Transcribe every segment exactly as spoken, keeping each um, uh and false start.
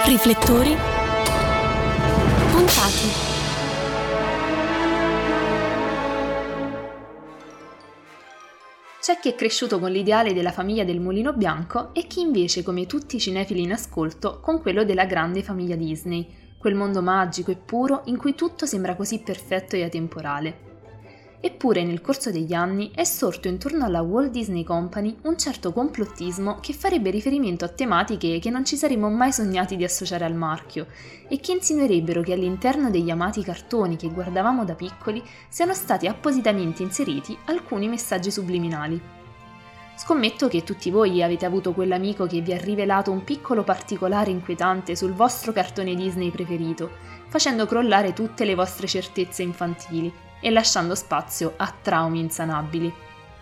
Riflettori puntati. C'è chi è cresciuto con l'ideale della famiglia del Mulino Bianco e chi invece, come tutti i cinefili in ascolto, con quello della grande famiglia Disney, quel mondo magico e puro in cui tutto sembra così perfetto e atemporale. Eppure nel corso degli anni è sorto intorno alla Walt Disney Company un certo complottismo che farebbe riferimento a tematiche che non ci saremmo mai sognati di associare al marchio e che insinuerebbero che all'interno degli amati cartoni che guardavamo da piccoli siano stati appositamente inseriti alcuni messaggi subliminali. Scommetto che tutti voi avete avuto quell'amico che vi ha rivelato un piccolo particolare inquietante sul vostro cartone Disney preferito, facendo crollare tutte le vostre certezze infantili e lasciando spazio a traumi insanabili.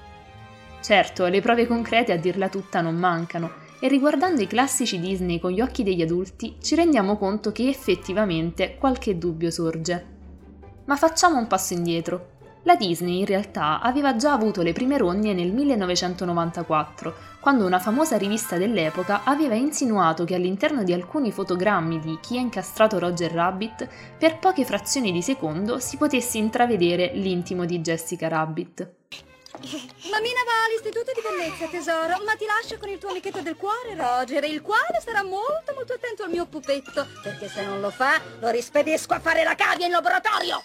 Certo, le prove concrete a dirla tutta non mancano, e riguardando i classici Disney con gli occhi degli adulti ci rendiamo conto che effettivamente qualche dubbio sorge. Ma facciamo un passo indietro. La Disney in realtà aveva già avuto le prime rogne nel millenovecentonovantaquattro, quando una famosa rivista dell'epoca aveva insinuato che all'interno di alcuni fotogrammi di Chi ha incastrato Roger Rabbit, per poche frazioni di secondo si potesse intravedere l'intimo di Jessica Rabbit. Mammina va all'istituto di bellezza, tesoro, ma ti lascio con il tuo amichetto del cuore, Roger, il quale sarà molto molto attento al mio pupetto, perché se non lo fa, lo rispedisco a fare la cavia in laboratorio!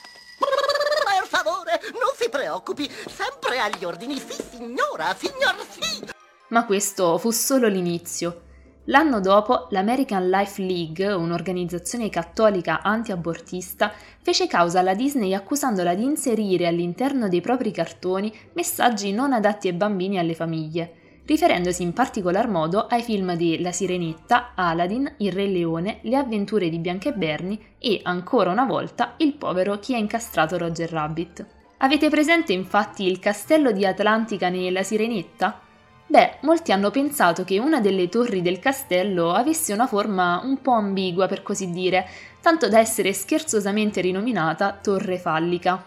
Per favore, non si preoccupi, sempre agli ordini, sì signora, signor sì! Ma questo fu solo l'inizio. L'anno dopo l'American Life League, un'organizzazione cattolica anti-abortista, fece causa alla Disney accusandola di inserire all'interno dei propri cartoni messaggi non adatti ai bambini e alle famiglie, riferendosi in particolar modo ai film di La Sirenetta, Aladdin, Il Re Leone, Le avventure di Bianca e Bernie e, ancora una volta, il povero Chi ha incastrato Roger Rabbit. Avete presente infatti il castello di Atlantica nella Sirenetta? Beh, molti hanno pensato che una delle torri del castello avesse una forma un po' ambigua, per così dire, tanto da essere scherzosamente rinominata Torre Fallica.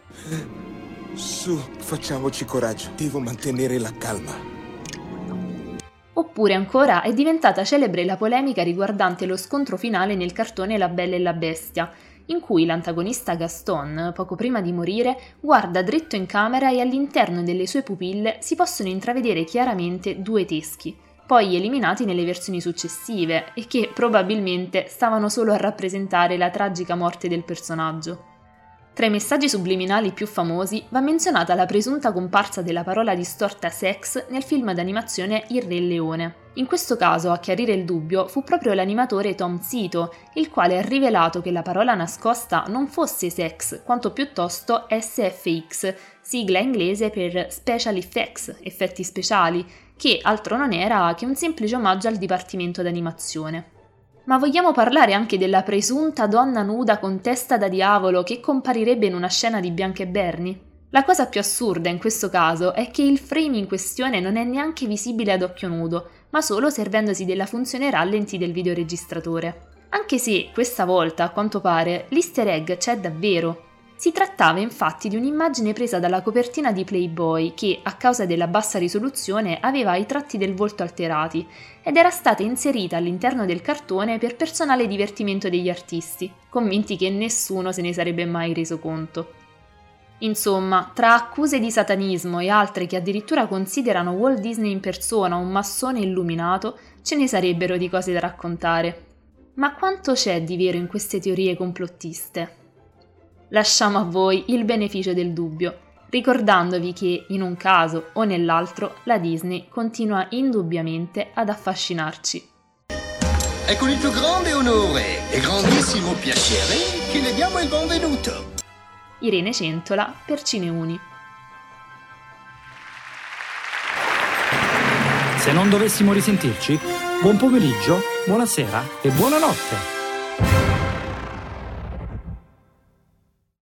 Su, facciamoci coraggio, devo mantenere la calma. Oppure ancora è diventata celebre la polemica riguardante lo scontro finale nel cartone La Bella e la Bestia, in cui l'antagonista Gaston, poco prima di morire, guarda dritto in camera e all'interno delle sue pupille si possono intravedere chiaramente due teschi, poi eliminati nelle versioni successive e che probabilmente stavano solo a rappresentare la tragica morte del personaggio. Tra i messaggi subliminali più famosi va menzionata la presunta comparsa della parola distorta sex nel film d'animazione Il Re Leone. In questo caso a chiarire il dubbio fu proprio l'animatore Tom Zito, il quale ha rivelato che la parola nascosta non fosse sex, quanto piuttosto S F X, sigla inglese per Special Effects, effetti speciali, che altro non era che un semplice omaggio al dipartimento d'animazione. Ma vogliamo parlare anche della presunta donna nuda con testa da diavolo che comparirebbe in una scena di Bianca e Bernie? La cosa più assurda in questo caso è che il frame in questione non è neanche visibile ad occhio nudo, ma solo servendosi della funzione rallenti del videoregistratore. Anche se, questa volta, a quanto pare, l'easter egg c'è davvero. Si trattava infatti di un'immagine presa dalla copertina di Playboy che, a causa della bassa risoluzione, aveva i tratti del volto alterati ed era stata inserita all'interno del cartone per personale divertimento degli artisti, convinti che nessuno se ne sarebbe mai reso conto. Insomma, tra accuse di satanismo e altre che addirittura considerano Walt Disney in persona un massone illuminato, ce ne sarebbero di cose da raccontare. Ma quanto c'è di vero in queste teorie complottiste? Lasciamo a voi il beneficio del dubbio, ricordandovi che, in un caso o nell'altro, la Disney continua indubbiamente ad affascinarci. È con il più grande onore e grandissimo piacere che le diamo il benvenuto. Irene Centola per Cineuni. Se non dovessimo risentirci, buon pomeriggio, buonasera e buonanotte.